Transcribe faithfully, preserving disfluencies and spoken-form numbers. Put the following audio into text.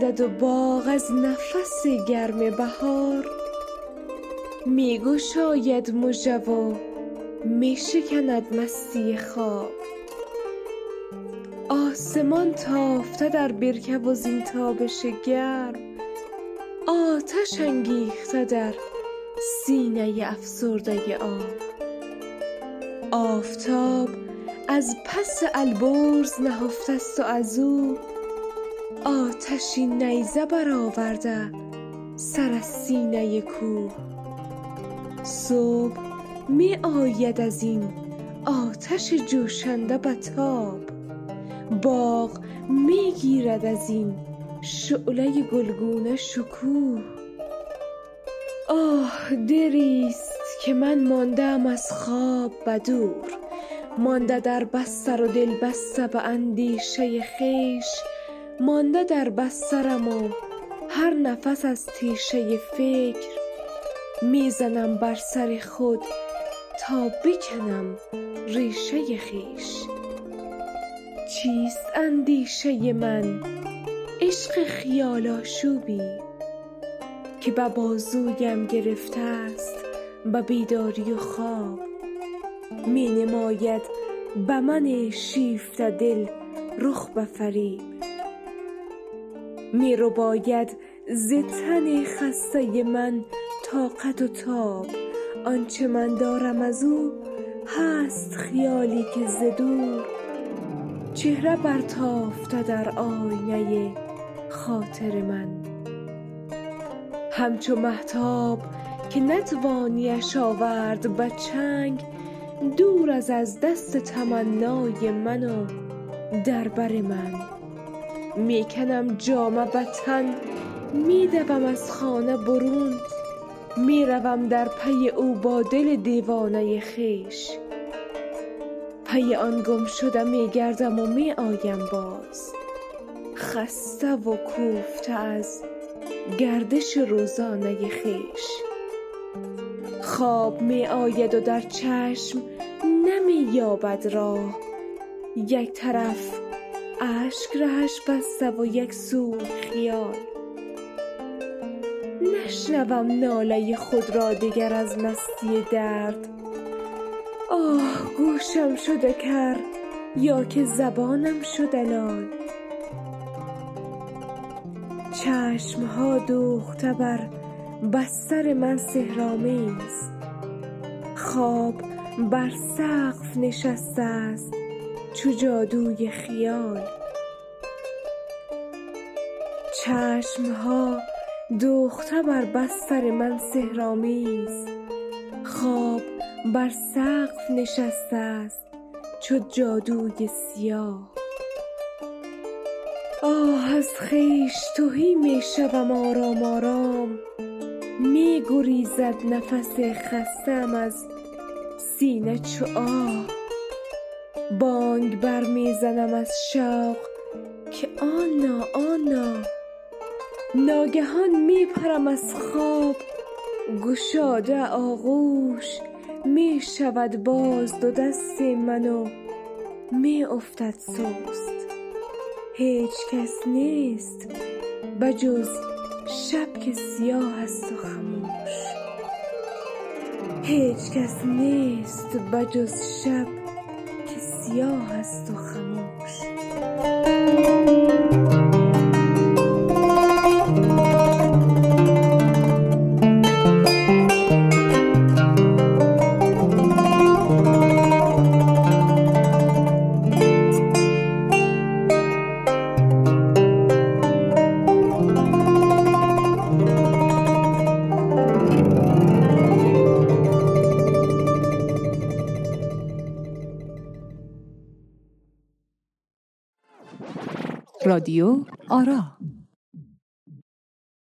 خندد و باغ از نفس گرم بهار، می گشاید مژه و می شکند مستی خواب. آسمان تافته در برکه و زین تابش گرم، آتش انگیخته در سینه افسرده آب. آفتاب از پس البرز نهفته است و از او آتشی نیزه برآورده سر از سینه کوه. صبح می آید از این آتش جوشنده به تاب، باغ می گیرد از این شعله گلگونه شکوه. آه دریست که من ماندم از خواب بدور، مانده در بستر و دل بسته به اندیشه خویش، مانده در بسترم و هر نفس از تیشه فکر میزنم بر سر خود تا بکنم ریشه خویش. چیست اندیشه من؟ عشق خیال آشوبی که به بازویم گرفته است به بیداری و خواب. می نماید به من شیفته دل رخ به فریب، می رباید ز تن خسته من طاقت و تاب. آنچه من دارم از او هست خیالی که ز دور چهره برتافته در آینه خاطر من. همچو مهتاب که نتوانیش آورد به چنگ، دور از از دست تمنای من و در بر من. می کنم جامه به تن، می دوم از خانه برون، می روم در پی او با دل دیوانه خویش. پی آن گم شده می گردم و می آیم باز، خسته و کوفته از گردش روزانه خویش. خواب می آید و در چشم نمی یابد راه، یک طرف اشک رهش بسته و یک سو خیال. نشنوم ناله خود را دیگر از مستی درد. آه گوشم شده کر یا که زبانم شده لال. چشمها دوخته بر بستر من سحرآمیز، خواب بر سقف نشسته است چو جادوی خیال. چشمها دوخته بر بستر من سحرآمیز، خواب بر سقف نشسته است چو جادوی سیاه. آه از خویش تهی می شوم آرام آرام، می گریزد نفس خسته‌ام از سینه چو آه. بانگ بر می زنم از شوق که آنا آنا، ناگهان می پرم از خواب گشاده آغوش. می شود باز دو دست من و می افتد سست. هیچ کس نیست بجز شب که سیاه است و خموش، هیچ کس نیست بجز شب که سیاه است و خموش. رادیو آرا.